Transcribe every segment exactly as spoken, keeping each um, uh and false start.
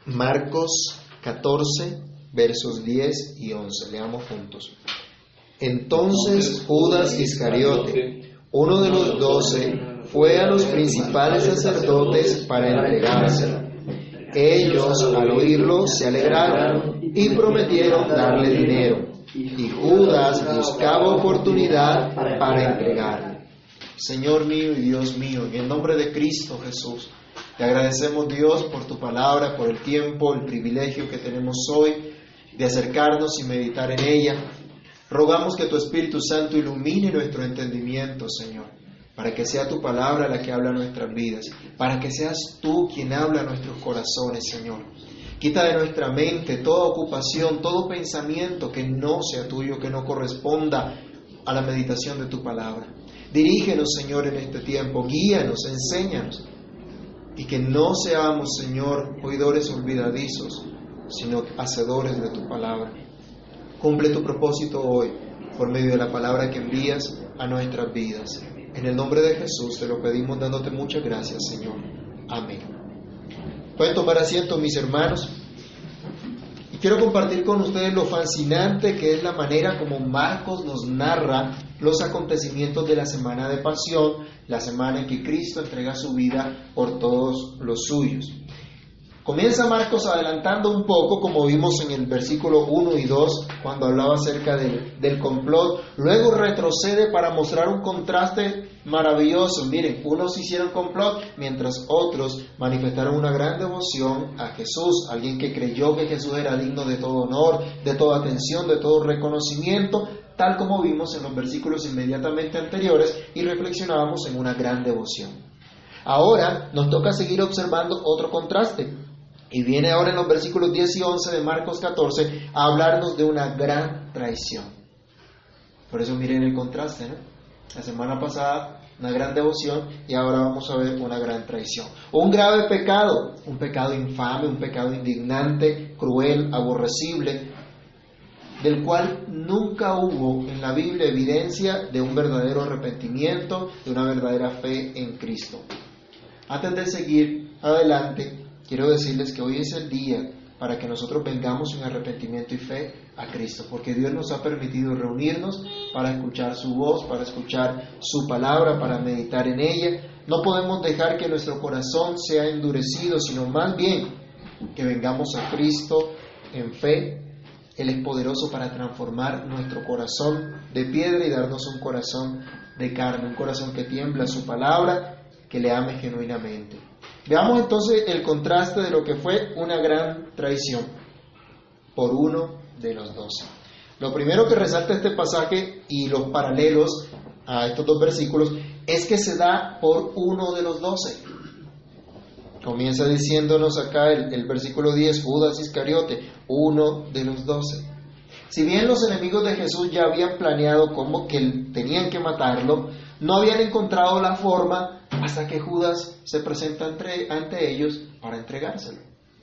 Marcos catorce, versos diez y once. Leamos juntos. Entonces Judas Iscariote, uno de los doce, fue a los principales sacerdotes para entregárselo. Ellos, al oírlo, se alegraron y prometieron darle dinero. Y Judas buscaba oportunidad para entregarle. Señor mío y Dios mío, en el nombre de Cristo Jesús, te agradecemos, Dios, por tu palabra, por el tiempo, el privilegio que tenemos hoy de acercarnos y meditar en ella. Rogamos que tu Espíritu Santo ilumine nuestro entendimiento, Señor, para que sea tu palabra la que habla nuestras vidas, para que seas tú quien habla a nuestros corazones, Señor. Quita de nuestra mente toda ocupación, todo pensamiento que no sea tuyo, que no corresponda a la meditación de tu palabra. Dirígenos, Señor, en este tiempo, guíanos, enséñanos, y que no seamos, Señor, oidores olvidadizos, sino hacedores de tu palabra. Cumple tu propósito hoy, por medio de la palabra que envías a nuestras vidas. En el nombre de Jesús te lo pedimos dándote muchas gracias, Señor. Amén. Pueden tomar asiento, mis hermanos. Y quiero compartir con ustedes lo fascinante que es la manera como Marcos nos narra los acontecimientos de la semana de pasión, la semana en que Cristo entrega su vida por todos los suyos. Comienza Marcos adelantando un poco, como vimos en el versículo uno y dos, cuando hablaba acerca del, del complot. Luego retrocede para mostrar un contraste maravilloso. Miren, unos hicieron complot, mientras otros manifestaron una gran devoción a Jesús. Alguien que creyó que Jesús era digno de todo honor, de toda atención, de todo reconocimiento, tal como vimos en los versículos inmediatamente anteriores, y reflexionábamos en una gran devoción. Ahora nos toca seguir observando otro contraste. Y viene ahora en los versículos diez y once de Marcos catorce a hablarnos de una gran traición. Por eso miren el contraste, ¿no? La semana pasada una gran devoción y ahora vamos a ver una gran traición. Un grave pecado, un pecado infame, un pecado indignante, cruel, aborrecible, del cual nunca hubo en la Biblia evidencia de un verdadero arrepentimiento, de una verdadera fe en Cristo. Antes de seguir adelante, quiero decirles que hoy es el día para que nosotros vengamos en arrepentimiento y fe a Cristo, porque Dios nos ha permitido reunirnos para escuchar su voz, para escuchar su palabra, para meditar en ella. No podemos dejar que nuestro corazón sea endurecido, sino más bien que vengamos a Cristo en fe. Él es poderoso para transformar nuestro corazón de piedra y darnos un corazón de carne, un corazón que tiembla a su palabra, que le ame genuinamente. Veamos entonces el contraste de lo que fue una gran traición por uno de los doce. Lo primero que resalta este pasaje y los paralelos a estos dos versículos es que se da por uno de los doce. Comienza diciéndonos acá el, el versículo diez, Judas Iscariote, uno de los doce. Si bien los enemigos de Jesús ya habían planeado cómo que tenían que matarlo, no habían encontrado la forma hasta que Judas se presenta entre, ante ellos para entregárselo.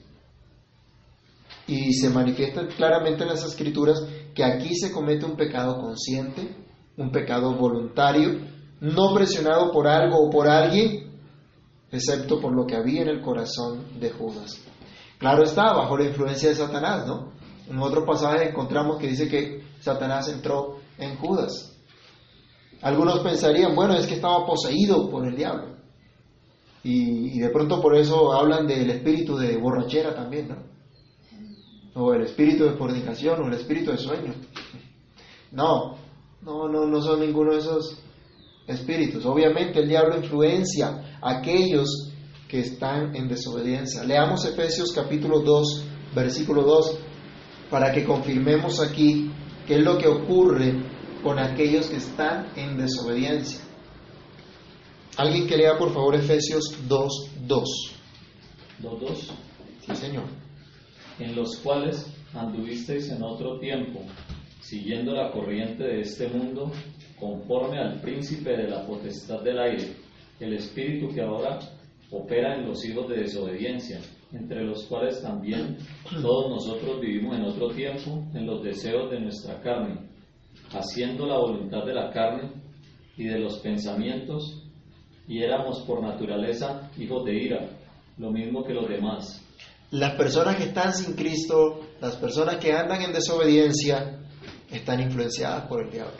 Y se manifiesta claramente en las Escrituras que aquí se comete un pecado consciente, un pecado voluntario, no presionado por algo o por alguien, excepto por lo que había en el corazón de Judas. Claro está, bajo la influencia de Satanás, ¿no? En otro pasaje encontramos que dice que Satanás entró en Judas. Algunos pensarían, bueno, es que estaba poseído por el diablo. Y, y de pronto por eso hablan del espíritu de borrachera también, ¿no? O el espíritu de fornicación, o el espíritu de sueño. No, no, no, no son ninguno de esos espíritus. Obviamente el diablo influencia a aquellos que están en desobediencia. Leamos Efesios capítulo dos, versículo dos, para que confirmemos aquí qué es lo que ocurre con aquellos que están en desobediencia. Alguien que lea por favor Efesios dos, dos. ¿dos, dos? Sí, Señor. En los cuales anduvisteis en otro tiempo, siguiendo la corriente de este mundo, conforme al príncipe de la potestad del aire, el espíritu que ahora opera en los hijos de desobediencia, entre los cuales también todos nosotros vivimos en otro tiempo, en los deseos de nuestra carne, haciendo la voluntad de la carne y de los pensamientos, y éramos por naturaleza hijos de ira, lo mismo que los demás. Las personas que están sin Cristo, las personas que andan en desobediencia, están influenciadas por el diablo.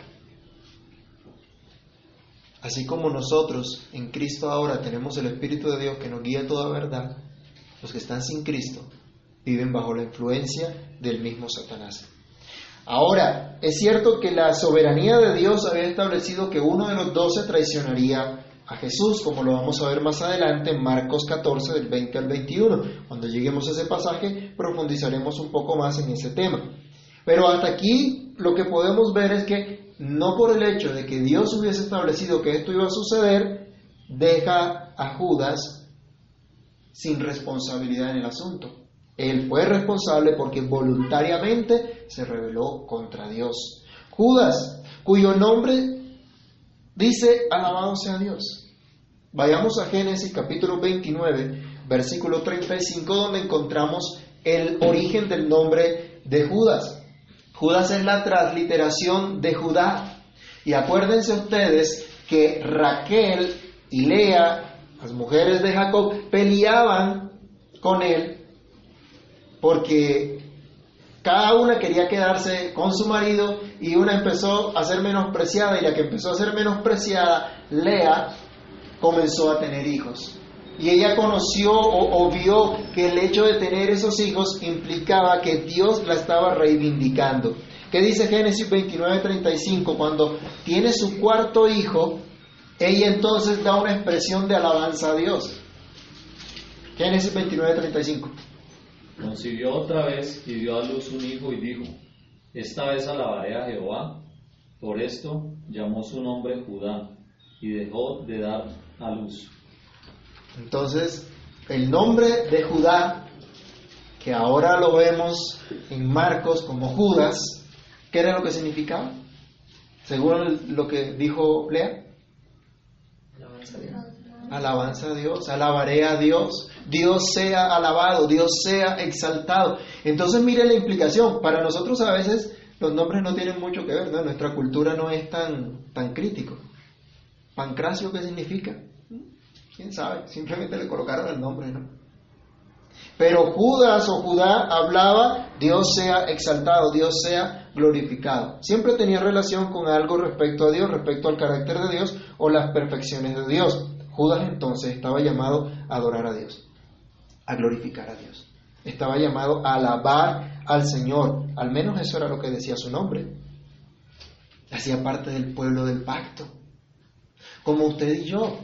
Así como nosotros en Cristo ahora tenemos el Espíritu de Dios que nos guía a toda verdad, los que están sin Cristo viven bajo la influencia del mismo Satanás. Ahora, es cierto que la soberanía de Dios había establecido que uno de los doce traicionaría a Jesús, como lo vamos a ver más adelante en Marcos catorce, del veinte al veintiuno. Cuando lleguemos a ese pasaje, profundizaremos un poco más en ese tema. Pero hasta aquí lo que podemos ver es que no por el hecho de que Dios hubiese establecido que esto iba a suceder, deja a Judas sin responsabilidad en el asunto. Él fue responsable porque voluntariamente se rebeló contra Dios. Judas, cuyo nombre dice alabado sea Dios. Vayamos a Génesis capítulo veintinueve, versículo treinta y cinco, donde encontramos el origen del nombre de Judas. Judas es la transliteración de Judá. Y acuérdense ustedes que Raquel y Lea, las mujeres de Jacob, peleaban con él porque cada una quería quedarse con su marido y una empezó a ser menospreciada, y la que empezó a ser menospreciada, Lea, comenzó a tener hijos. Y ella conoció o, o vio que el hecho de tener esos hijos implicaba que Dios la estaba reivindicando. ¿Qué dice Génesis veintinueve, treinta y cinco? Cuando tiene su cuarto hijo, ella entonces da una expresión de alabanza a Dios. Génesis veintinueve, treinta y cinco. Concibió otra vez y dio a luz un hijo y dijo: esta vez alabaré a Jehová. Por esto llamó su nombre Judá y dejó de dar a luz. Entonces, el nombre de Judá, que ahora lo vemos en Marcos como Judas, ¿qué era lo que significaba? Según lo que dijo Lea. Alabanza a Dios. Alabanza a Dios, alabaré a Dios, Dios sea alabado, Dios sea exaltado. Entonces mire la implicación. Para nosotros a veces los nombres no tienen mucho que ver, ¿no? Nuestra cultura no es tan, tan crítico. Pancracio, ¿qué significa? ¿Quién sabe? Simplemente le colocaron el nombre, ¿no? Pero Judas o Judá hablaba Dios sea exaltado, Dios sea glorificado. Siempre tenía relación con algo respecto a Dios, respecto al carácter de Dios o las perfecciones de Dios. Judas entonces estaba llamado a adorar a Dios, a glorificar a Dios. Estaba llamado a alabar al Señor. Al menos eso era lo que decía su nombre. Hacía parte del pueblo del pacto, como usted y yo.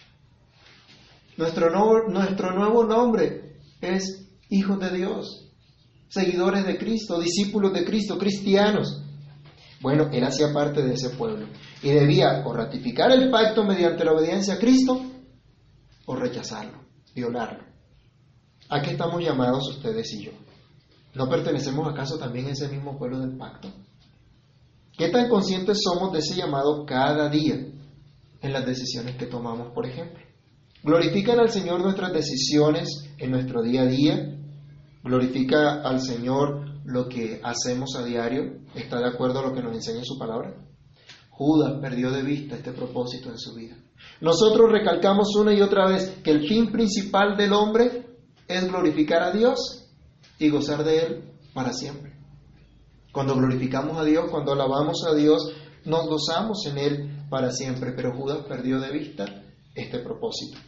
Nuestro nuevo, nuestro nuevo nombre es hijos de Dios, seguidores de Cristo, discípulos de Cristo, cristianos. Bueno, él hacía parte de ese pueblo y debía o ratificar el pacto mediante la obediencia a Cristo o rechazarlo, violarlo. ¿A qué estamos llamados ustedes y yo? ¿No pertenecemos acaso también a ese mismo pueblo del pacto? ¿Qué tan conscientes somos de ese llamado cada día en las decisiones que tomamos, por ejemplo? ¿Glorifican al Señor nuestras decisiones en nuestro día a día? ¿Glorifica al Señor lo que hacemos a diario? ¿Está de acuerdo a lo que nos enseña su palabra? Judas perdió de vista este propósito en su vida. Nosotros recalcamos una y otra vez que el fin principal del hombre es glorificar a Dios y gozar de Él para siempre. Cuando glorificamos a Dios, cuando alabamos a Dios, nos gozamos en Él para siempre. Pero Judas perdió de vista este propósito.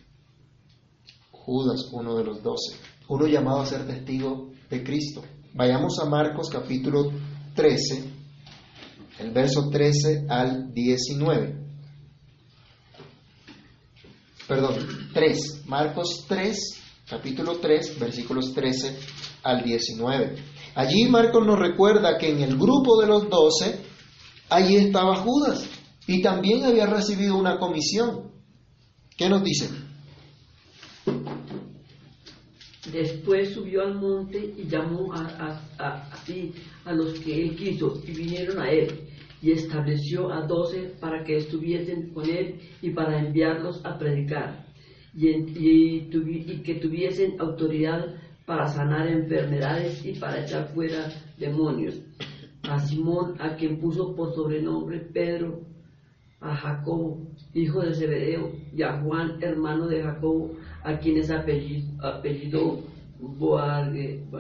Judas, uno de los doce, uno llamado a ser testigo de Cristo. Vayamos a Marcos capítulo trece, el verso trece al diecinueve. Perdón, tres. Marcos tres, capítulo tres, versículos trece al diecinueve. Allí Marcos nos recuerda que en el grupo de los doce, allí estaba Judas y también había recibido una comisión. ¿Qué nos dice? Después subió al monte y llamó a, a, a, así a los que él quiso y vinieron a él, y estableció a doce para que estuviesen con él y para enviarlos a predicar y, en, y, tuvi, y que tuviesen autoridad para sanar enfermedades y para echar fuera demonios. A Simón, a quien puso por sobrenombre Pedro, a Jacobo, hijo de Zebedeo, y a Juan, hermano de Jacobo, a quienes apellidó Boanerges,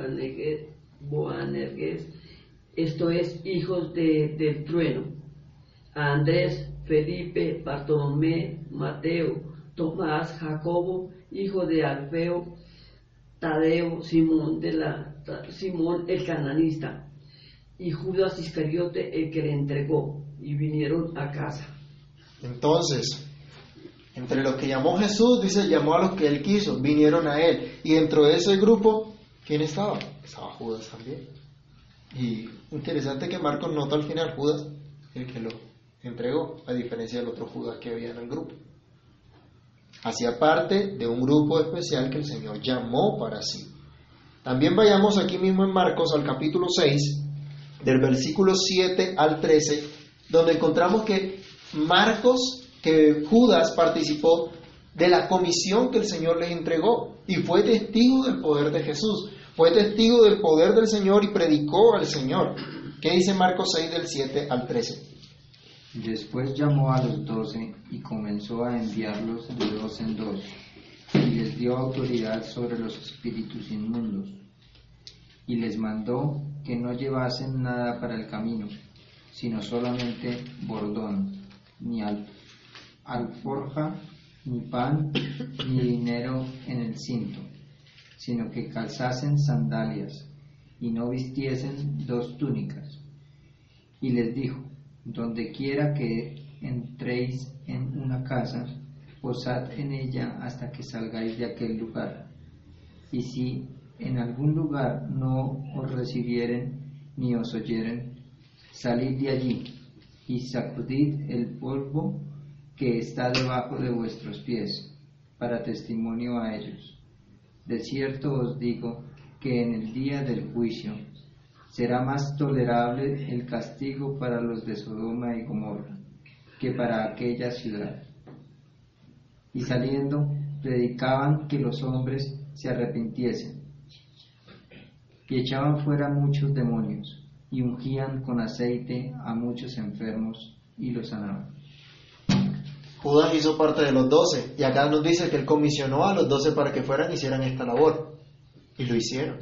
Boanerges, esto es, hijos de, del trueno, a Andrés, Felipe, Bartolomé, Mateo, Tomás, Jacobo, hijo de Alfeo, Tadeo, Simón, de la, Simón el cananista, y Judas Iscariote, el que le entregó, y vinieron a casa. Entonces, entre los que llamó Jesús, dice, llamó a los que él quiso, vinieron a él. Y dentro de ese grupo, ¿quién estaba? Estaba Judas también. Y interesante que Marcos nota al final Judas, el que lo entregó, a diferencia del otro Judas que había en el grupo. Hacía parte de un grupo especial que el Señor llamó para sí. También vayamos aquí mismo en Marcos al capítulo seis, del versículo siete al trece, donde encontramos que Marcos, que Judas participó de la comisión que el Señor les entregó y fue testigo del poder de Jesús, fue testigo del poder del Señor y predicó al Señor. ¿Qué dice Marcos seis del siete al trece? Después llamó a los doce y comenzó a enviarlos de dos en dos, y les dio autoridad sobre los espíritus inmundos, y les mandó que no llevasen nada para el camino, sino solamente bordón, ni al, alforja, ni pan, ni dinero en el cinto, sino que calzasen sandalias, y no vistiesen dos túnicas. Y les dijo: donde quiera que entréis en una casa, posad en ella hasta que salgáis de aquel lugar. Y si en algún lugar no os recibieren ni os oyeren, salid de allí y sacudid el polvo que está debajo de vuestros pies, para testimonio a ellos. De cierto os digo que en el día del juicio será más tolerable el castigo para los de Sodoma y Gomorra que para aquella ciudad. Y saliendo, predicaban que los hombres se arrepintiesen, y echaban fuera muchos demonios, y ungían con aceite a muchos enfermos, y los sanaban. Judas hizo parte de los doce, y acá nos dice que él comisionó a los doce para que fueran y hicieran esta labor, y lo hicieron.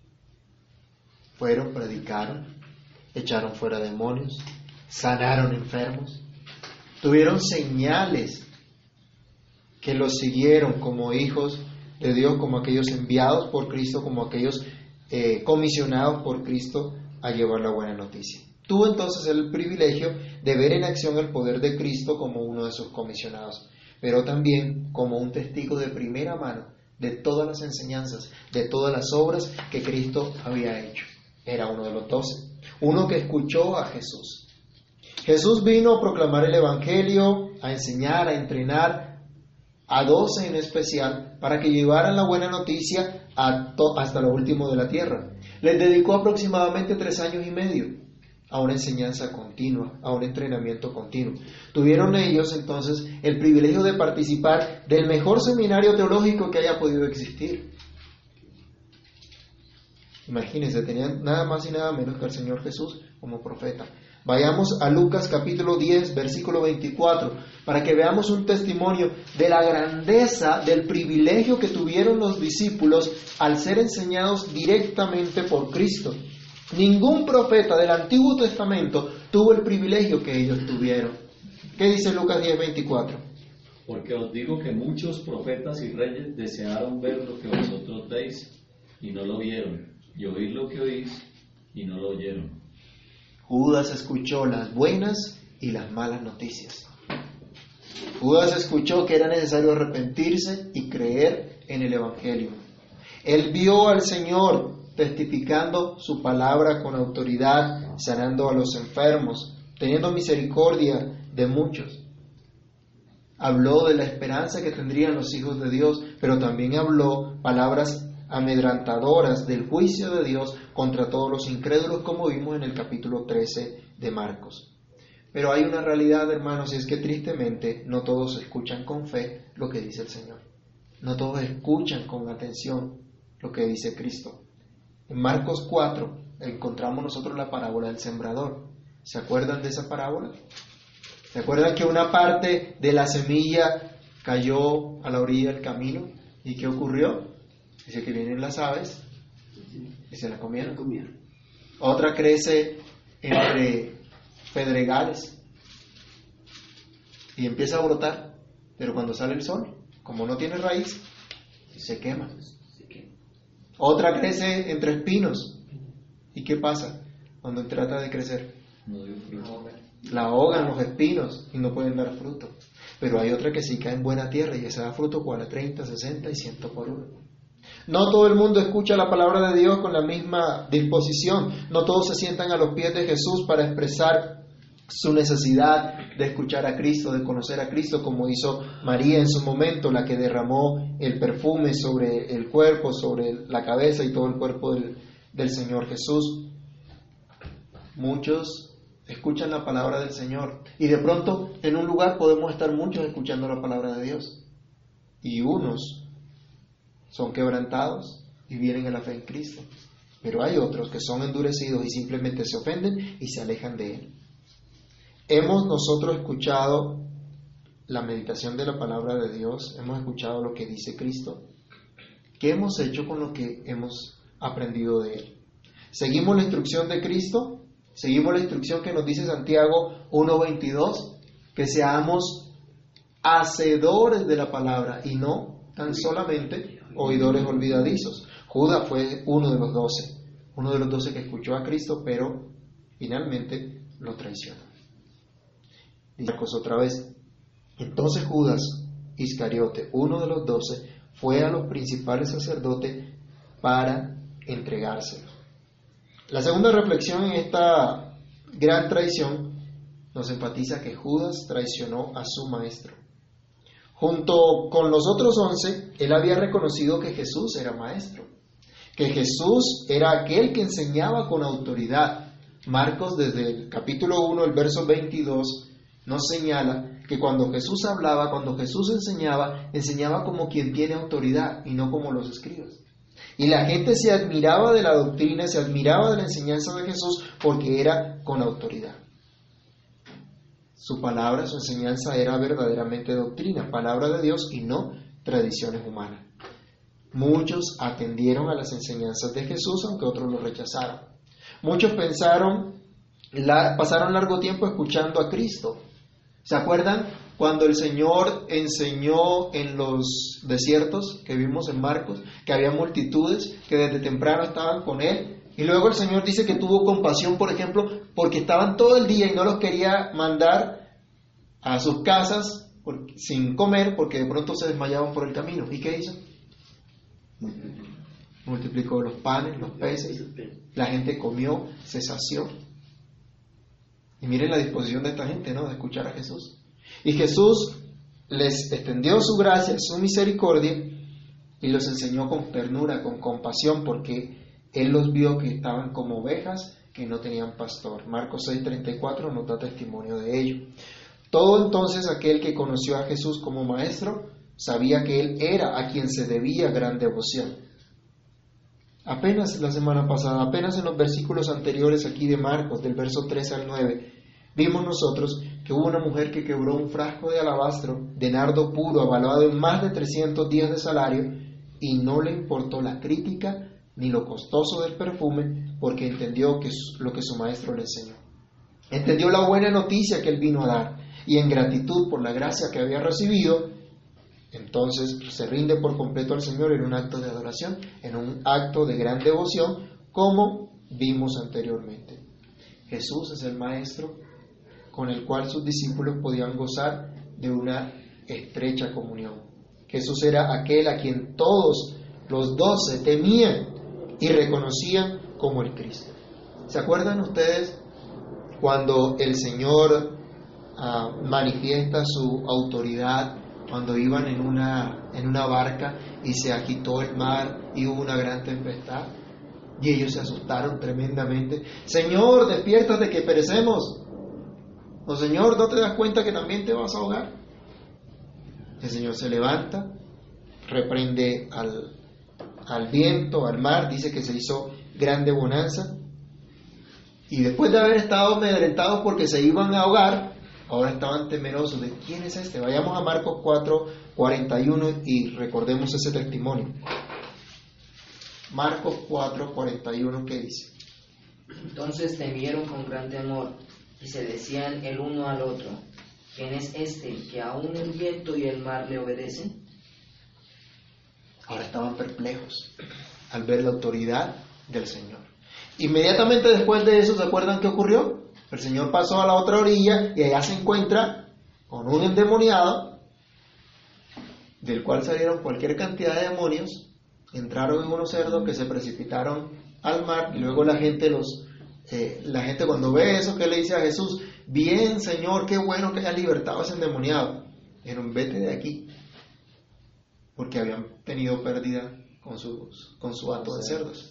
Fueron, predicaron, echaron fuera demonios, sanaron enfermos, tuvieron señales que los siguieron como hijos de Dios, como aquellos enviados por Cristo, como aquellos eh, comisionados por Cristo a llevar la buena noticia. Tuvo entonces el privilegio de ver en acción el poder de Cristo como uno de sus comisionados, pero también como un testigo de primera mano de todas las enseñanzas, de todas las obras que Cristo había hecho. Era uno de los doce, uno que escuchó a Jesús. Jesús vino a proclamar el Evangelio, a enseñar, a entrenar a doce en especial, para que llevaran la buena noticia a to- hasta lo último de la tierra. Les dedicó aproximadamente tres años y medio a una enseñanza continua, a un entrenamiento continuo. Tuvieron ellos entonces el privilegio de participar del mejor seminario teológico que haya podido existir. Imagínense, tenían nada más y nada menos que al Señor Jesús como profeta. Vayamos a Lucas capítulo diez, versículo veinticuatro, para que veamos un testimonio de la grandeza del privilegio que tuvieron los discípulos al ser enseñados directamente por Cristo. Ningún profeta del Antiguo Testamento tuvo el privilegio que ellos tuvieron. ¿Qué dice Lucas diez, veinticuatro? Porque os digo que muchos profetas y reyes desearon ver lo que vosotros veis y no lo vieron, y oír lo que oís y no lo oyeron. Judas escuchó las buenas y las malas noticias. Judas escuchó que era necesario arrepentirse y creer en el Evangelio. Él vio al Señor testificando su palabra con autoridad, sanando a los enfermos, teniendo misericordia de muchos. Habló de la esperanza que tendrían los hijos de Dios, pero también habló palabras amedrantadoras del juicio de Dios contra todos los incrédulos, como vimos en el capítulo trece de Marcos. Pero hay una realidad, hermanos, y es que tristemente no todos escuchan con fe lo que dice el Señor. No todos escuchan con atención lo que dice Cristo. En Marcos cuatro encontramos nosotros la parábola del sembrador. ¿Se acuerdan de esa parábola? ¿Se acuerdan que una parte de la semilla cayó a la orilla del camino? ¿Y qué ocurrió? Dice que vienen las aves y se la comieron. Otra crece entre pedregales y empieza a brotar, pero cuando sale el sol, como no tiene raíz, se quema. Otra crece entre espinos. ¿Y qué pasa cuando trata de crecer? La ahogan los espinos y no pueden dar fruto. Pero hay otra que sí cae en buena tierra y esa da fruto cual a treinta, sesenta y cien por uno. No todo el mundo escucha la palabra de Dios con la misma disposición. No todos se sientan a los pies de Jesús para expresar su necesidad de escuchar a Cristo, de conocer a Cristo, como hizo María en su momento, la que derramó el perfume sobre el cuerpo, sobre la cabeza y todo el cuerpo del, del Señor Jesús. Muchos escuchan la palabra del Señor y de pronto en un lugar podemos estar muchos escuchando la palabra de Dios y unos son quebrantados y vienen a la fe en Cristo, pero hay otros que son endurecidos y simplemente se ofenden y se alejan de Él. Hemos nosotros escuchado la meditación de la palabra de Dios, hemos escuchado lo que dice Cristo. ¿Qué hemos hecho con lo que hemos aprendido de Él? ¿Seguimos la instrucción de Cristo? ¿Seguimos la instrucción que nos dice Santiago uno veintidós? Que seamos hacedores de la palabra y no tan solamente oidores olvidadizos. Judas fue uno de los doce, uno de los doce que escuchó a Cristo, pero finalmente lo traicionó. Dice Marcos otra vez: entonces Judas Iscariote, uno de los doce, fue a los principales sacerdotes para entregárselo. La segunda reflexión en esta gran traición nos enfatiza que Judas traicionó a su maestro. Junto con los otros once, él había reconocido que Jesús era maestro, que Jesús era aquel que enseñaba con autoridad. Marcos, desde el capítulo uno, el verso veintidós, nos señala que cuando Jesús hablaba, cuando Jesús enseñaba, enseñaba como quien tiene autoridad y no como los escribas. Y la gente se admiraba de la doctrina, se admiraba de la enseñanza de Jesús porque era con autoridad. Su palabra, su enseñanza era verdaderamente doctrina, palabra de Dios y no tradiciones humanas. Muchos atendieron a las enseñanzas de Jesús, aunque otros lo rechazaron. Muchos pensaron, la, pasaron largo tiempo escuchando a Cristo. ¿Se acuerdan cuando el Señor enseñó en los desiertos que vimos en Marcos, que había multitudes que desde temprano estaban con Él? Y luego el Señor dice que tuvo compasión, por ejemplo, porque estaban todo el día y no los quería mandar a sus casas sin comer porque de pronto se desmayaban por el camino. ¿Y qué hizo? Multiplicó los panes, los peces, la gente comió, se sació. Y miren la disposición de esta gente, ¿no?, de escuchar a Jesús. Y Jesús les extendió su gracia, su misericordia, y los enseñó con ternura, con compasión, porque Él los vio que estaban como ovejas que no tenían pastor. Marcos seis treinta y cuatro nos da testimonio de ello. Todo entonces aquel que conoció a Jesús como maestro sabía que Él era a quien se debía gran devoción. Apenas la semana pasada, apenas en los versículos anteriores aquí de Marcos, del verso tres al nueve, vimos nosotros que hubo una mujer que quebró un frasco de alabastro de nardo puro, avaluado en más de trescientos días de salario, y no le importó la crítica ni lo costoso del perfume, porque entendió que lo que su maestro le enseñó. Entendió la buena noticia que él vino a dar, y en gratitud por la gracia que había recibido, entonces se rinde por completo al Señor en un acto de adoración, en un acto de gran devoción, como vimos anteriormente. Jesús es el Maestro con el cual sus discípulos podían gozar de una estrecha comunión. Jesús era aquel a quien todos los doce temían y reconocían como el Cristo. ¿Se acuerdan ustedes cuando el Señor uh, manifiesta su autoridad, cuando iban en una, en una barca y se agitó el mar y hubo una gran tempestad? Y ellos se asustaron tremendamente. Señor, despiértate que perecemos. No, Señor, ¿no te das cuenta que también te vas a ahogar? El Señor se levanta, reprende al, al viento, al mar, dice que se hizo grande bonanza. Y después de haber estado amedrentados porque se iban a ahogar, ahora estaban temerosos de ¿quién es este? Vayamos a Marcos cuatro cuarenta y uno y recordemos ese testimonio. Marcos cuatro, cuarenta y uno, ¿qué dice? Entonces temieron con gran temor y se decían el uno al otro: ¿quién es este que aún el viento y el mar le obedecen? Ahora estaban perplejos al ver la autoridad del Señor. Inmediatamente después de eso, ¿se acuerdan qué ocurrió? El Señor pasó a la otra orilla y allá se encuentra con un endemoniado, del cual salieron cualquier cantidad de demonios, entraron en unos cerdos que se precipitaron al mar, y luego la gente los eh, la gente cuando ve eso, ¿qué le dice a Jesús? Bien, Señor, qué bueno que hayas libertado a ese endemoniado. Pero vete de aquí, porque habían tenido pérdida con, sus, con su hato de cerdos.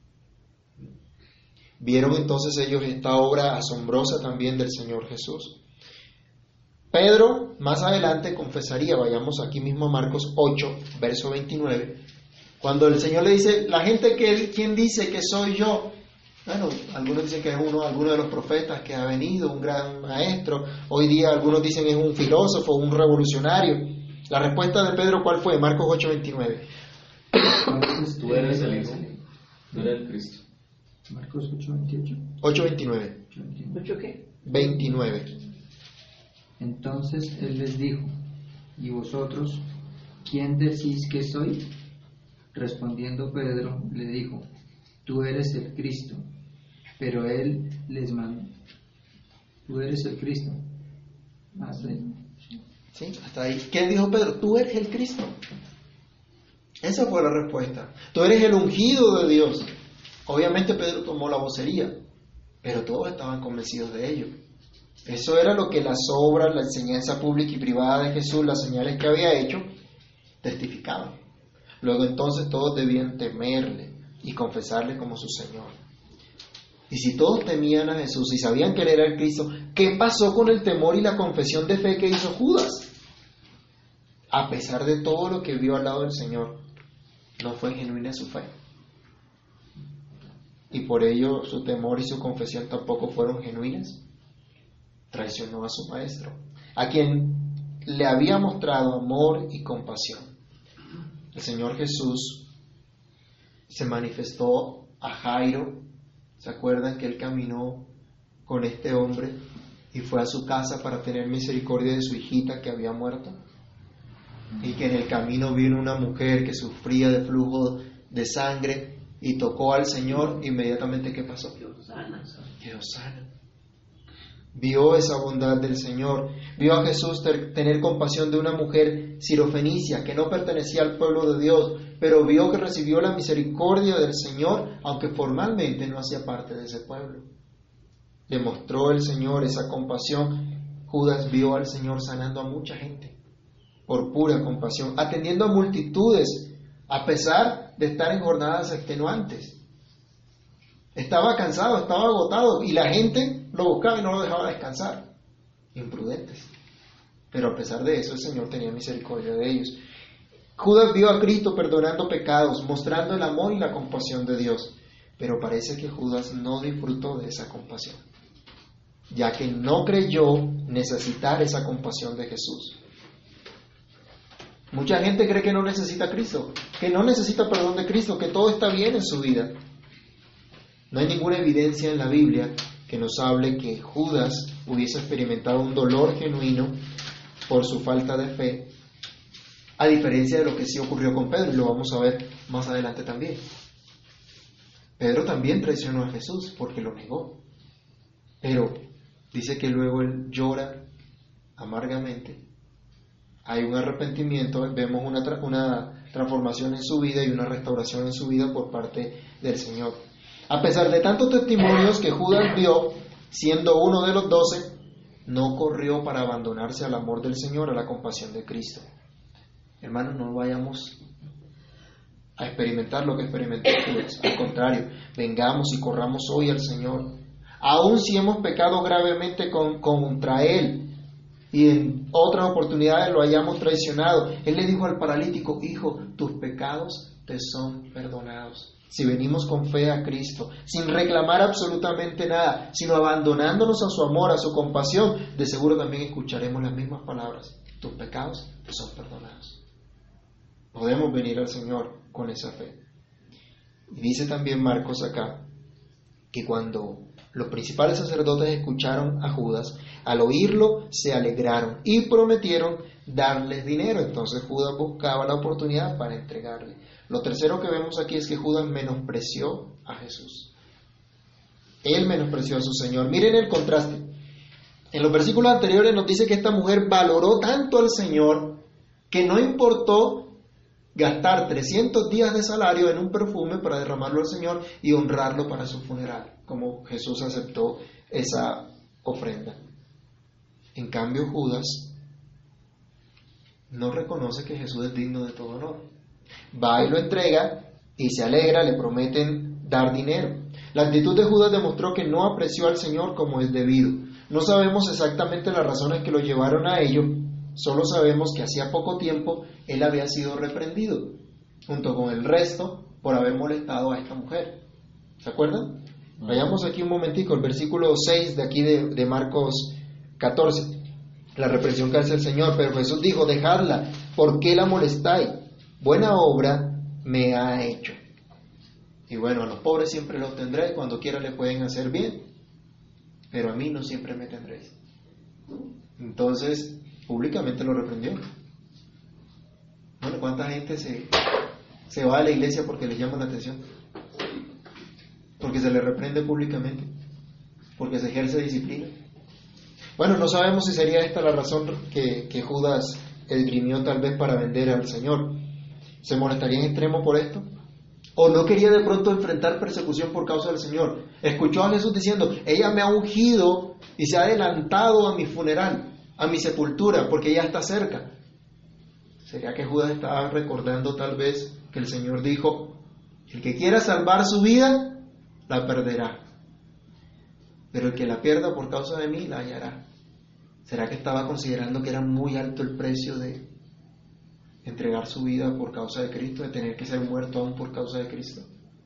Vieron entonces ellos esta obra asombrosa también del Señor Jesús. Pedro más adelante confesaría, vayamos aquí mismo a Marcos ocho, verso veintinueve, cuando el Señor le dice, la gente que ¿quién dice que soy yo? Bueno, algunos dicen que es uno, alguno de los profetas que ha venido, un gran maestro. Hoy día algunos dicen es un filósofo, un revolucionario. La respuesta de Pedro, ¿cuál fue? Marcos ocho, veintinueve. Entonces, Tú eres el Hijo, tú eres el Cristo. Marcos ocho, veintiocho. ocho, veintinueve. ¿Ocho qué? veintinueve. Entonces él les dijo: ¿y vosotros quién decís que soy? Respondiendo Pedro le dijo: tú eres el Cristo. Pero él les mandó: tú eres el Cristo. Hasta ahí. ¿Sí? Hasta ahí. ¿Qué dijo Pedro? Tú eres el Cristo. Esa fue la respuesta. Tú eres el ungido de Dios. Obviamente Pedro tomó la vocería, pero todos estaban convencidos de ello. Eso era lo que las obras, la enseñanza pública y privada de Jesús, las señales que había hecho, testificaban. Luego entonces todos debían temerle y confesarle como su Señor. Y si todos temían a Jesús y sabían que Él era el Cristo, ¿qué pasó con el temor y la confesión de fe que hizo Judas? A pesar de todo lo que vio al lado del Señor, no fue genuina su fe. Y por ello su temor y su confesión tampoco fueron genuinas. Traicionó a su maestro, a quien le había mostrado amor y compasión. El Señor Jesús se manifestó a Jairo. ¿Se acuerdan que él caminó con este hombre y fue a su casa para tener misericordia de su hijita que había muerto? Y que en el camino vino una mujer que sufría de flujo de sangre y tocó al Señor. Inmediatamente, ¿qué pasó? Quedó sana. Quedó sana. Vio esa bondad del Señor. Vio a Jesús ter- tener compasión de una mujer sirofenicia que no pertenecía al pueblo de Dios, pero vio que recibió la misericordia del Señor, aunque formalmente no hacía parte de ese pueblo. Le mostró el Señor esa compasión. Judas vio al Señor sanando a mucha gente por pura compasión, atendiendo a multitudes a pesar de estar en jornadas extenuantes. Estaba cansado, estaba agotado y la gente lo buscaba y no lo dejaba descansar. Imprudentes. Pero a pesar de eso el Señor tenía misericordia de ellos. Judas vio a Cristo perdonando pecados, mostrando el amor y la compasión de Dios. Pero parece que Judas no disfrutó de esa compasión, ya que no creyó necesitar esa compasión de Jesús. Mucha gente cree que no necesita a Cristo, que no necesita perdón de Cristo, que todo está bien en su vida. No hay ninguna evidencia en la Biblia que nos hable que Judas hubiese experimentado un dolor genuino por su falta de fe, a diferencia de lo que sí ocurrió con Pedro, y lo vamos a ver más adelante también. Pedro también traicionó a Jesús porque lo negó, pero dice que luego él llora amargamente. Hay un arrepentimiento, vemos una, tra- una transformación en su vida y una restauración en su vida por parte del Señor. A pesar de tantos testimonios que Judas vio, siendo uno de los doce, no corrió para abandonarse al amor del Señor, a la compasión de Cristo. Hermanos, no vayamos a experimentar lo que experimentó Judas. Al contrario, vengamos y corramos hoy al Señor. Aun si hemos pecado gravemente con, contra Él y en otras oportunidades lo hayamos traicionado, Él le dijo al paralítico: hijo, tus pecados te son perdonados. Si venimos con fe a Cristo, sin reclamar absolutamente nada, sino abandonándonos a su amor, a su compasión, de seguro también escucharemos las mismas palabras: tus pecados te son perdonados. Podemos venir al Señor con esa fe. Y dice también Marcos acá, que cuando los principales sacerdotes escucharon a Judas, al oírlo se alegraron y prometieron darles dinero. Entonces Judas buscaba la oportunidad para entregarle. Lo tercero que vemos aquí es que Judas menospreció a Jesús. Él menospreció a su Señor. Miren el contraste. En los versículos anteriores nos dice que esta mujer valoró tanto al Señor que no importó gastar trescientos días de salario en un perfume para derramarlo al Señor y honrarlo para su funeral, como Jesús aceptó esa ofrenda. En cambio, Judas no reconoce que Jesús es digno de todo honor. Va y lo entrega y se alegra, le prometen dar dinero. La actitud de Judas demostró que no apreció al Señor como es debido. No sabemos exactamente las razones que lo llevaron a ello, solo sabemos que hacía poco tiempo él había sido reprendido, junto con el resto, por haber molestado a esta mujer. ¿Se acuerdan? Uh-huh. Vayamos aquí un momentico, el versículo seis de aquí de, de Marcos catorce. La reprensión que hace el Señor, pero Jesús dijo, dejadla, ¿por qué la molestáis? Buena obra me ha hecho. Y bueno, a los pobres siempre los tendréis, cuando quiera le pueden hacer bien, pero a mí no siempre me tendréis. Entonces, públicamente lo reprendió. Bueno, ¿cuánta gente se, se va a la iglesia porque les llama la atención? Porque se le reprende públicamente, porque se ejerce disciplina. Bueno, no sabemos si sería esta la razón que, que Judas esgrimió tal vez para vender al Señor. ¿Se molestaría en extremo por esto? ¿O no quería de pronto enfrentar persecución por causa del Señor? Escuchó a Jesús diciendo, ella me ha ungido y se ha adelantado a mi funeral, a mi sepultura, porque ya está cerca. ¿Sería que Judas estaba recordando tal vez que el Señor dijo, el que quiera salvar su vida, la perderá, pero el que la pierda por causa de mí, la hallará? ¿Será que estaba considerando que era muy alto el precio de entregar su vida por causa de Cristo, de tener que ser muerto aún por causa de Cristo?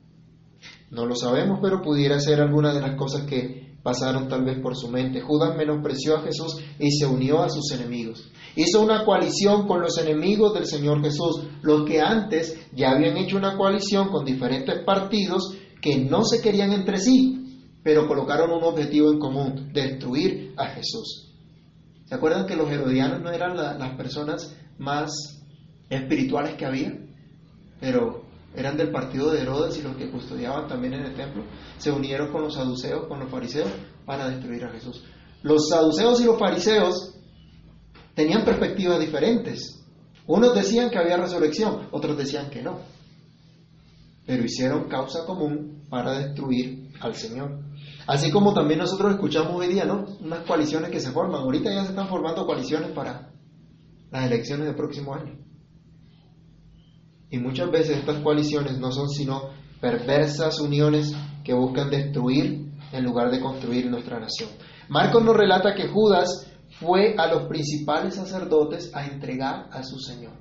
No lo sabemos, pero pudiera ser alguna de las cosas que pasaron tal vez por su mente. Judas menospreció a Jesús y se unió a sus enemigos. Hizo una coalición con los enemigos del Señor Jesús, los que antes ya habían hecho una coalición con diferentes partidos que no se querían entre sí, pero colocaron un objetivo en común, destruir a Jesús. ¿Se acuerdan que los herodianos no eran la, las personas más espirituales que había? Pero eran del partido de Herodes y los que custodiaban también en el templo. Se unieron con los saduceos, con los fariseos, para destruir a Jesús. Los saduceos y los fariseos tenían perspectivas diferentes. Unos decían que había resurrección, otros decían que no. Pero hicieron causa común para destruir al Señor. Así como también nosotros escuchamos hoy día, ¿no? Unas coaliciones que se forman. Ahorita ya se están formando coaliciones para las elecciones del próximo año. Y muchas veces estas coaliciones no son sino perversas uniones que buscan destruir en lugar de construir nuestra nación. Marcos nos relata que Judas fue a los principales sacerdotes a entregar a su Señor.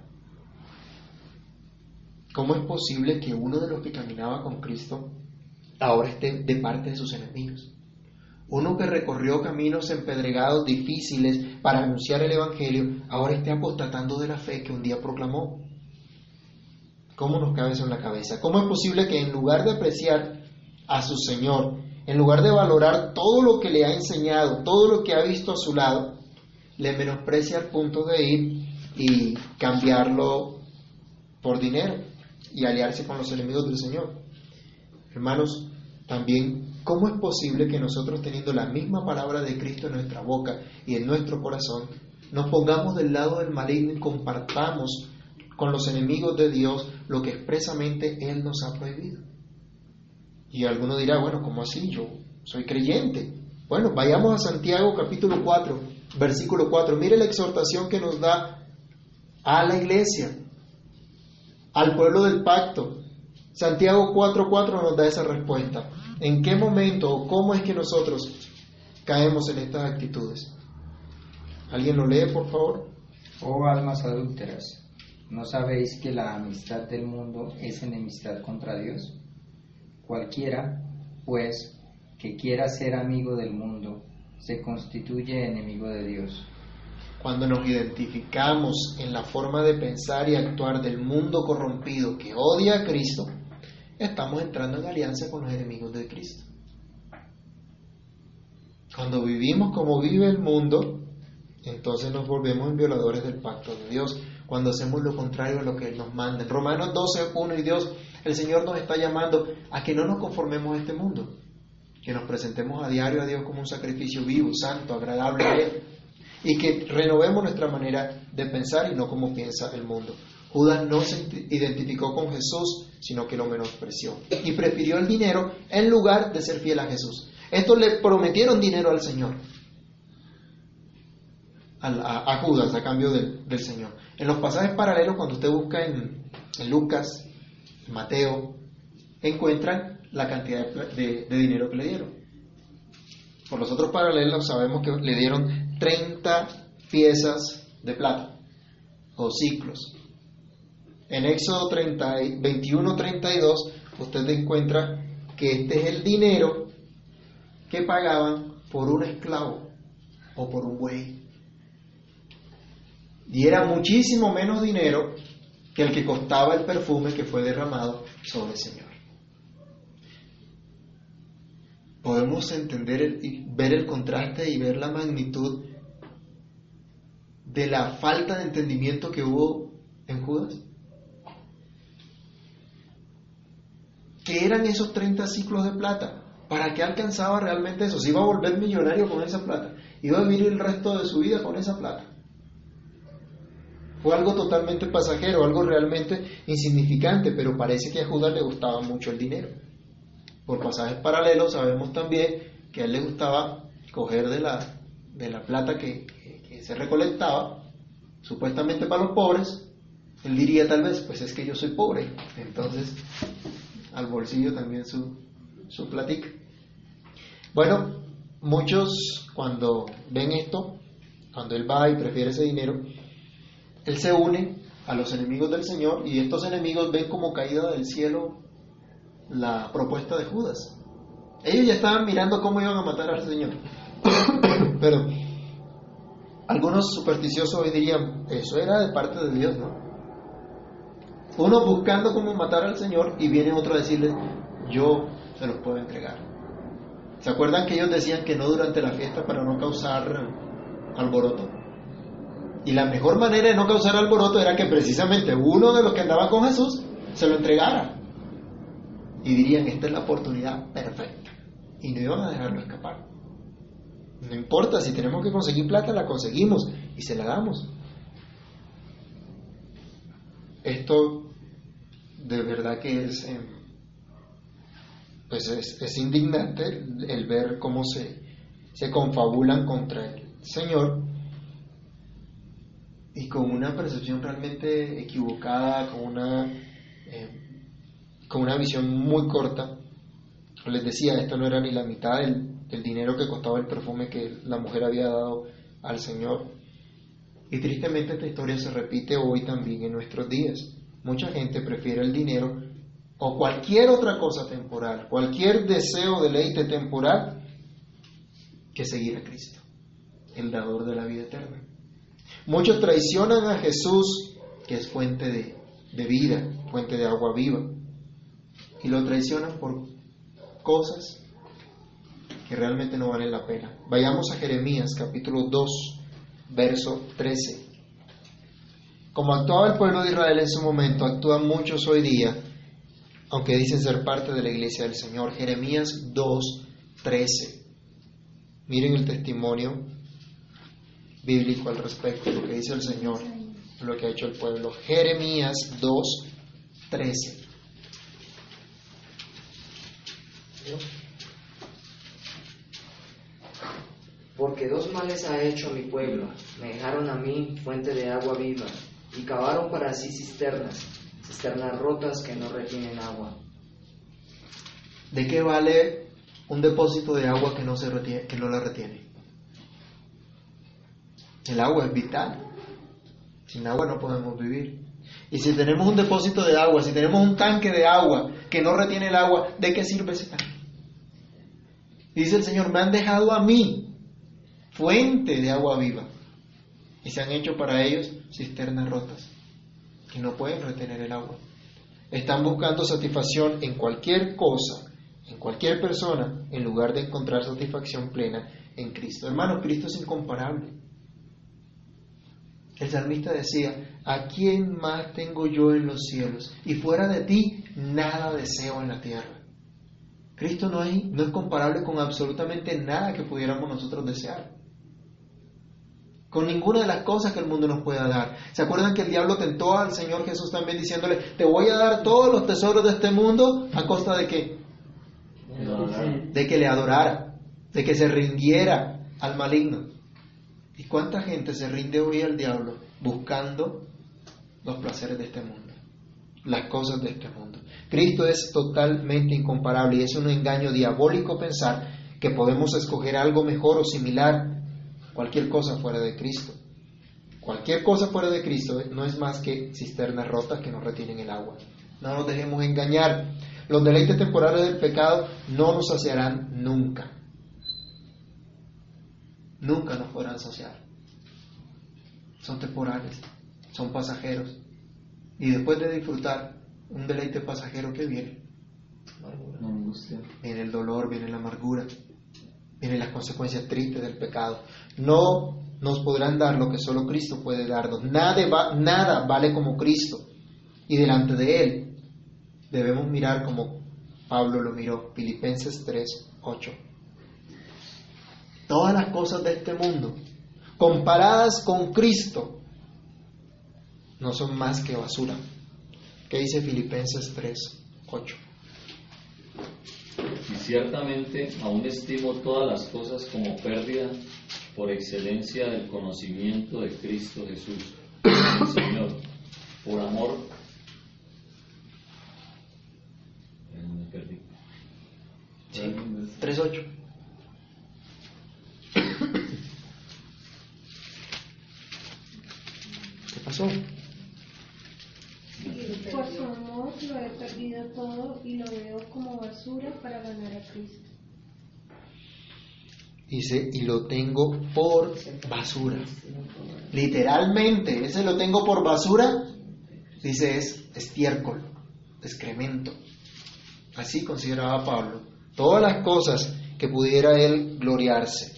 ¿Cómo es posible que uno de los que caminaba con Cristo ahora esté de parte de sus enemigos? Uno que recorrió caminos empedregados, difíciles para anunciar el Evangelio, ahora esté apostatando de la fe que un día proclamó. ¿Cómo nos cabe eso en la cabeza? ¿Cómo es posible que en lugar de apreciar a su Señor, en lugar de valorar todo lo que le ha enseñado, todo lo que ha visto a su lado, le menosprecia al punto de ir y cambiarlo por dinero y aliarse con los enemigos del Señor? Hermanos, también, ¿cómo es posible que nosotros, teniendo la misma palabra de Cristo en nuestra boca y en nuestro corazón, nos pongamos del lado del maligno y compartamos con los enemigos de Dios lo que expresamente Él nos ha prohibido? Y alguno dirá, bueno, ¿cómo así? Yo soy creyente. Bueno, vayamos a Santiago capítulo cuatro, versículo cuatro. Mire la exhortación que nos da a la iglesia, al pueblo del pacto. Santiago cuatro cuatro nos da esa respuesta. ¿En qué momento o cómo es que nosotros caemos en estas actitudes? ¿Alguien lo lee, por favor? Oh almas adúlteras, ¿no sabéis que la amistad del mundo es enemistad contra Dios? Cualquiera, pues, que quiera ser amigo del mundo, se constituye enemigo de Dios. Cuando nos identificamos en la forma de pensar y actuar del mundo corrompido que odia a Cristo, estamos entrando en alianza con los enemigos de Cristo. Cuando vivimos como vive el mundo, entonces nos volvemos violadores del pacto de Dios. Cuando hacemos lo contrario a lo que Él nos manda. En Romanos doce, uno y Dios, el Señor nos está llamando a que no nos conformemos a este mundo, que nos presentemos a diario a Dios como un sacrificio vivo, santo, agradable a Él, y que renovemos nuestra manera de pensar y no como piensa el mundo. Judas no se identificó con Jesús, sino que lo menospreció y prefirió el dinero en lugar de ser fiel a Jesús. Estos le prometieron dinero al Señor, a, a, a Judas, a cambio del, del Señor. En los pasajes paralelos, cuando usted busca en, en Lucas, en Mateo, encuentran la cantidad de, de, de dinero que le dieron. Por los otros paralelos sabemos que le dieron treinta piezas de plata o ciclos. En Éxodo treinta, veintiuno treinta y dos usted encuentra que este es el dinero que pagaban por un esclavo o por un buey. Y era muchísimo menos dinero que el que costaba el perfume que fue derramado sobre el Señor. Podemos entender el, y ver el contraste y ver la magnitud de la falta de entendimiento que hubo en Judas. ¿Qué eran esos treinta ciclos de plata? ¿Para qué alcanzaba realmente eso? ¿Se iba a volver millonario con esa plata? ¿Iba a vivir el resto de su vida con esa plata? Fue algo totalmente pasajero, algo realmente insignificante, pero parece que a Judas le gustaba mucho el dinero. Por pasajes paralelos sabemos también que a él le gustaba coger de la, de la plata que, que, que se recolectaba, supuestamente para los pobres. Él diría tal vez, pues es que yo soy pobre, entonces al bolsillo también su, su platica. Bueno, muchos cuando ven esto, cuando él va y prefiere ese dinero, él se une a los enemigos del Señor y estos enemigos ven como caída del cielo la propuesta de Judas. Ellos ya estaban mirando cómo iban a matar al Señor. Pero algunos supersticiosos hoy dirían, eso era de parte de Dios, ¿no? Uno buscando cómo matar al Señor y viene otro a decirle, yo se los puedo entregar. ¿Se acuerdan que ellos decían que no durante la fiesta para no causar alboroto? Y la mejor manera de no causar alboroto era que precisamente uno de los que andaba con Jesús se lo entregara. Y dirían, esta es la oportunidad perfecta. Y no iban a dejarlo escapar. No importa, si tenemos que conseguir plata, la conseguimos y se la damos. Esto de verdad que es, eh, pues es, es indignante el ver cómo se, se confabulan contra el Señor y con una percepción realmente equivocada, con una, eh, con una visión muy corta. Les decía, esto no era ni la mitad del, del dinero que costaba el perfume que la mujer había dado al Señor. Y tristemente esta historia se repite hoy también en nuestros días. Mucha gente prefiere el dinero o cualquier otra cosa temporal, cualquier deseo, deleite temporal, que seguir a Cristo, el dador de la vida eterna. Muchos traicionan a Jesús, que es fuente de, de vida, fuente de agua viva, y lo traicionan por cosas que realmente no valen la pena. Vayamos a Jeremías capítulo dos, verso trece. Como actuaba el pueblo de Israel en su momento, actúan muchos hoy día, aunque dicen ser parte de la iglesia del Señor. Jeremías dos, trece. Miren el testimonio bíblico al respecto, lo que dice el Señor, lo que ha hecho el pueblo. Jeremías dos, trece. Porque dos males ha hecho mi pueblo, me dejaron a mí fuente de agua viva, y cavaron para sí cisternas, cisternas rotas que no retienen agua. ¿De qué vale un depósito de agua que no se retiene, que no la retiene? El agua es vital. Sin agua no podemos vivir. Y si tenemos un depósito de agua, si tenemos un tanque de agua que no retiene el agua, ¿de qué sirve ese tanque? Dice el Señor, me han dejado a mí fuente de agua viva, y se han hecho para ellos cisternas rotas que no pueden retener el agua. Están buscando satisfacción en cualquier cosa, en cualquier persona, en lugar de encontrar satisfacción plena en Cristo. Hermano, Cristo es incomparable. El salmista decía, ¿a quién más tengo yo en los cielos? Y fuera de ti, nada deseo en la tierra. Cristo no es, no es comparable con absolutamente nada que pudiéramos nosotros desear. Con ninguna de las cosas que el mundo nos pueda dar. ¿Se acuerdan que el diablo tentó al Señor Jesús también diciéndole, te voy a dar todos los tesoros de este mundo a costa de qué? De que le adorara, de que se rindiera al maligno. ¿Y cuánta gente se rinde hoy al diablo buscando los placeres de este mundo, las cosas de este mundo? Cristo es totalmente incomparable y es un engaño diabólico pensar que podemos escoger algo mejor o similar, cualquier cosa fuera de Cristo. Cualquier cosa fuera de Cristo no es más que cisternas rotas que no retienen el agua. No nos dejemos engañar. Los deleites temporales del pecado no nos saciarán nunca. Nunca nos podrán saciar. Son temporales, son pasajeros. Y después de disfrutar un deleite pasajero, ¿qué viene? La angustia. Viene el dolor, viene la amargura, vienen las consecuencias tristes del pecado. No nos podrán dar lo que solo Cristo puede darnos. Nada, va, nada vale como Cristo. Y delante de Él debemos mirar como Pablo lo miró, Filipenses tres, ocho. Todas las cosas de este mundo, comparadas con Cristo, no son más que basura. ¿Qué dice Filipenses tres, ocho? Y ciertamente aún estimo todas las cosas como pérdida por excelencia del conocimiento de Cristo Jesús, el Señor, por amor. Eh, me perdí. Sí, tres ocho. ¿Qué pasó? Por su amor lo he perdido todo y lo veo como basura para ganar a Cristo. Dice, y lo tengo por basura. Literalmente, ese lo tengo por basura, dice, es estiércol, excremento. Así consideraba Pablo todas las cosas que pudiera él gloriarse.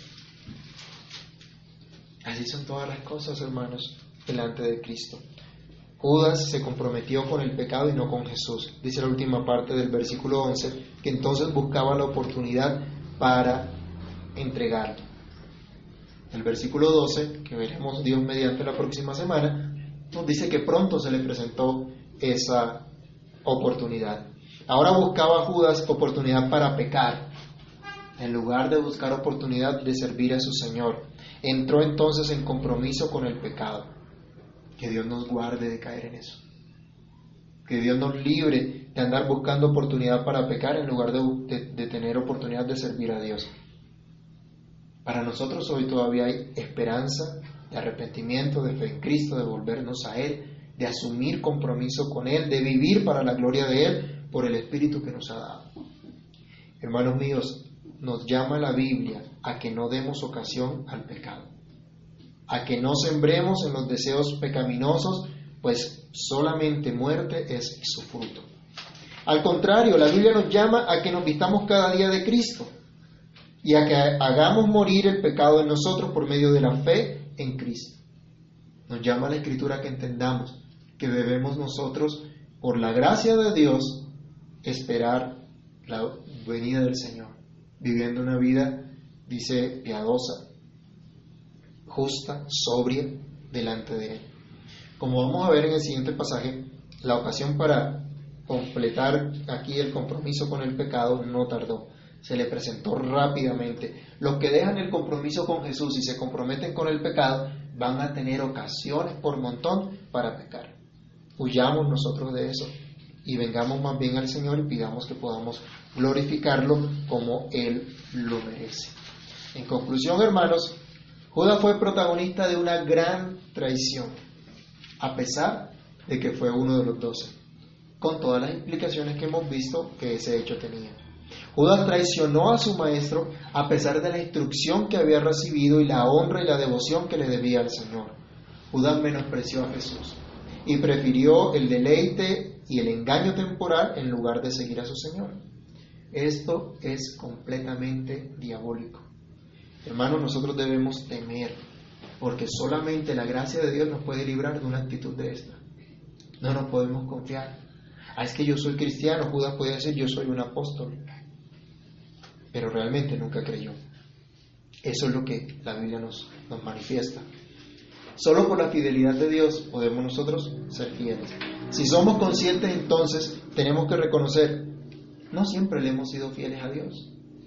Así son todas las cosas, hermanos, delante de Cristo. Judas se comprometió con el pecado y no con Jesús. Dice la última parte del versículo once, que entonces buscaba la oportunidad para entregarlo. El versículo doce, que veremos Dios mediante la próxima semana, nos dice que pronto se le presentó esa oportunidad. Ahora buscaba Judas oportunidad para pecar, en lugar de buscar oportunidad de servir a su Señor. Entró entonces en compromiso con el pecado. Que Dios nos guarde de caer en eso. Que Dios nos libre de andar buscando oportunidad para pecar en lugar de, de, de tener oportunidad de servir a Dios. Para nosotros hoy todavía hay esperanza de arrepentimiento, de fe en Cristo, de volvernos a Él, de asumir compromiso con Él, de vivir para la gloria de Él por el Espíritu que nos ha dado. Hermanos míos, nos llama la Biblia a que no demos ocasión al pecado, a que no sembremos en los deseos pecaminosos, pues solamente muerte es su fruto. Al contrario, la Biblia nos llama a que nos vistamos cada día de Cristo y a que hagamos morir el pecado en nosotros por medio de la fe en Cristo. Nos llama la Escritura a que entendamos que debemos nosotros, por la gracia de Dios, esperar la venida del Señor, viviendo una vida, dice, piadosa, justa, sobria, delante de Él. Como vamos a ver en el siguiente pasaje, la ocasión para completar aquí el compromiso con el pecado no tardó, se le presentó rápidamente. Los que dejan el compromiso con Jesús y se comprometen con el pecado van a tener ocasiones por montón para pecar. Huyamos nosotros de eso y vengamos más bien al Señor y pidamos que podamos glorificarlo como Él lo merece. En conclusión, hermanos, Judas fue protagonista de una gran traición, a pesar de que fue uno de los doce, con todas las implicaciones que hemos visto que ese hecho tenía. Judas traicionó a su maestro a pesar de la instrucción que había recibido y la honra y la devoción que le debía al Señor. Judas menospreció a Jesús y prefirió el deleite y el engaño temporal en lugar de seguir a su Señor. Esto es completamente diabólico. Hermanos, nosotros debemos temer, porque solamente la gracia de Dios nos puede librar de una actitud de esta. No nos podemos confiar. Ah, es que yo soy cristiano. Judas podía decir, yo soy un apóstol, pero realmente nunca creyó. Eso es lo que la Biblia nos, nos manifiesta. Solo por la fidelidad de Dios podemos nosotros ser fieles. Si somos conscientes, entonces tenemos que reconocer, no siempre le hemos sido fieles a Dios.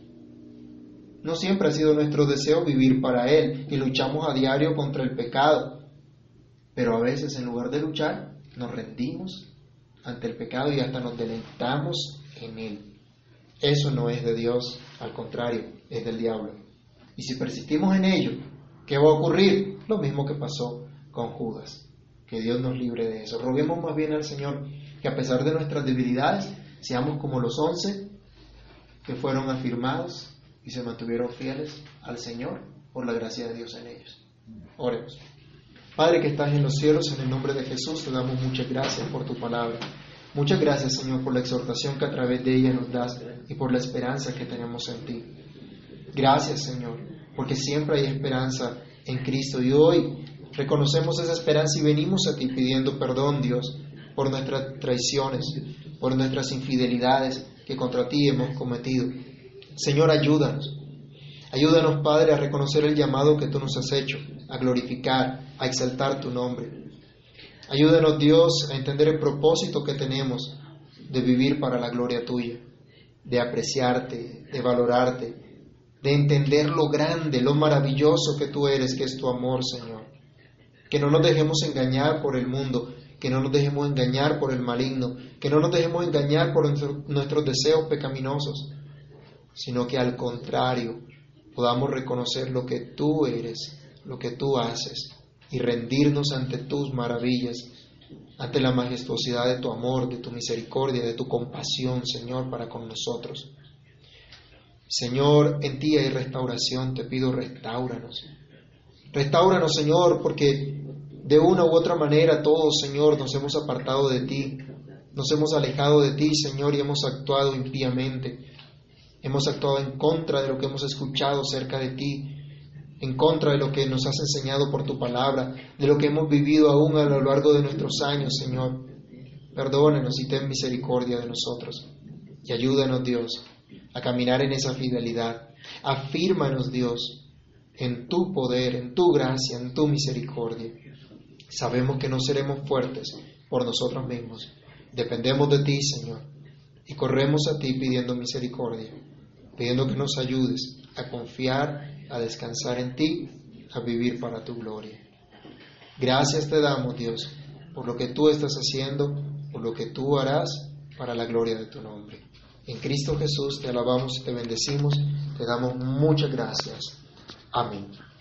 No siempre ha sido nuestro deseo vivir para Él y luchamos a diario contra el pecado. Pero a veces, en lugar de luchar, nos rendimos ante el pecado y hasta nos deleitamos en Él. Eso no es de Dios, al contrario, es del diablo. Y si persistimos en ello, ¿qué va a ocurrir? Lo mismo que pasó con Judas. Que Dios nos libre de eso. Roguemos más bien al Señor que a pesar de nuestras debilidades, seamos como los once que fueron afirmados y se mantuvieron fieles al Señor por la gracia de Dios en ellos. Oremos. Padre que estás en los cielos, en el nombre de Jesús te damos muchas gracias por tu palabra. Muchas gracias, Señor, por la exhortación que a través de ella nos das y por la esperanza que tenemos en ti. Gracias, Señor, porque siempre hay esperanza en Cristo y hoy reconocemos esa esperanza y venimos a ti pidiendo perdón, Dios, por nuestras traiciones, por nuestras infidelidades que contra ti hemos cometido. Señor, ayúdanos. Ayúdanos, Padre, a reconocer el llamado que tú nos has hecho, a glorificar, a exaltar tu nombre. Ayúdanos, Dios, a entender el propósito que tenemos de vivir para la gloria tuya, de apreciarte, de valorarte, de entender lo grande, lo maravilloso que tú eres, que es tu amor, Señor. Que no nos dejemos engañar por el mundo, que no nos dejemos engañar por el maligno, que no nos dejemos engañar por nuestro, nuestros deseos pecaminosos, sino que al contrario, podamos reconocer lo que tú eres, lo que tú haces, y rendirnos ante tus maravillas, ante la majestuosidad de tu amor, de tu misericordia, de tu compasión, Señor, para con nosotros. Señor, en ti hay restauración, te pido, restáuranos. Restáuranos, Señor, porque de una u otra manera todos, Señor, nos hemos apartado de ti, nos hemos alejado de ti, Señor, y hemos actuado impíamente. Hemos actuado en contra de lo que hemos escuchado acerca de ti, en contra de lo que nos has enseñado por tu palabra, de lo que hemos vivido aún a lo largo de nuestros años, Señor. Perdónanos y ten misericordia de nosotros. Y ayúdanos, Dios, a caminar en esa fidelidad. Afírmanos, Dios, en tu poder, en tu gracia, en tu misericordia. Sabemos que no seremos fuertes por nosotros mismos. Dependemos de ti, Señor, y corremos a ti pidiendo misericordia, pidiendo que nos ayudes a confiar, a descansar en ti, a vivir para tu gloria. Gracias te damos, Dios, por lo que tú estás haciendo, por lo que tú harás para la gloria de tu nombre. En Cristo Jesús te alabamos y te bendecimos, te damos muchas gracias. Amén.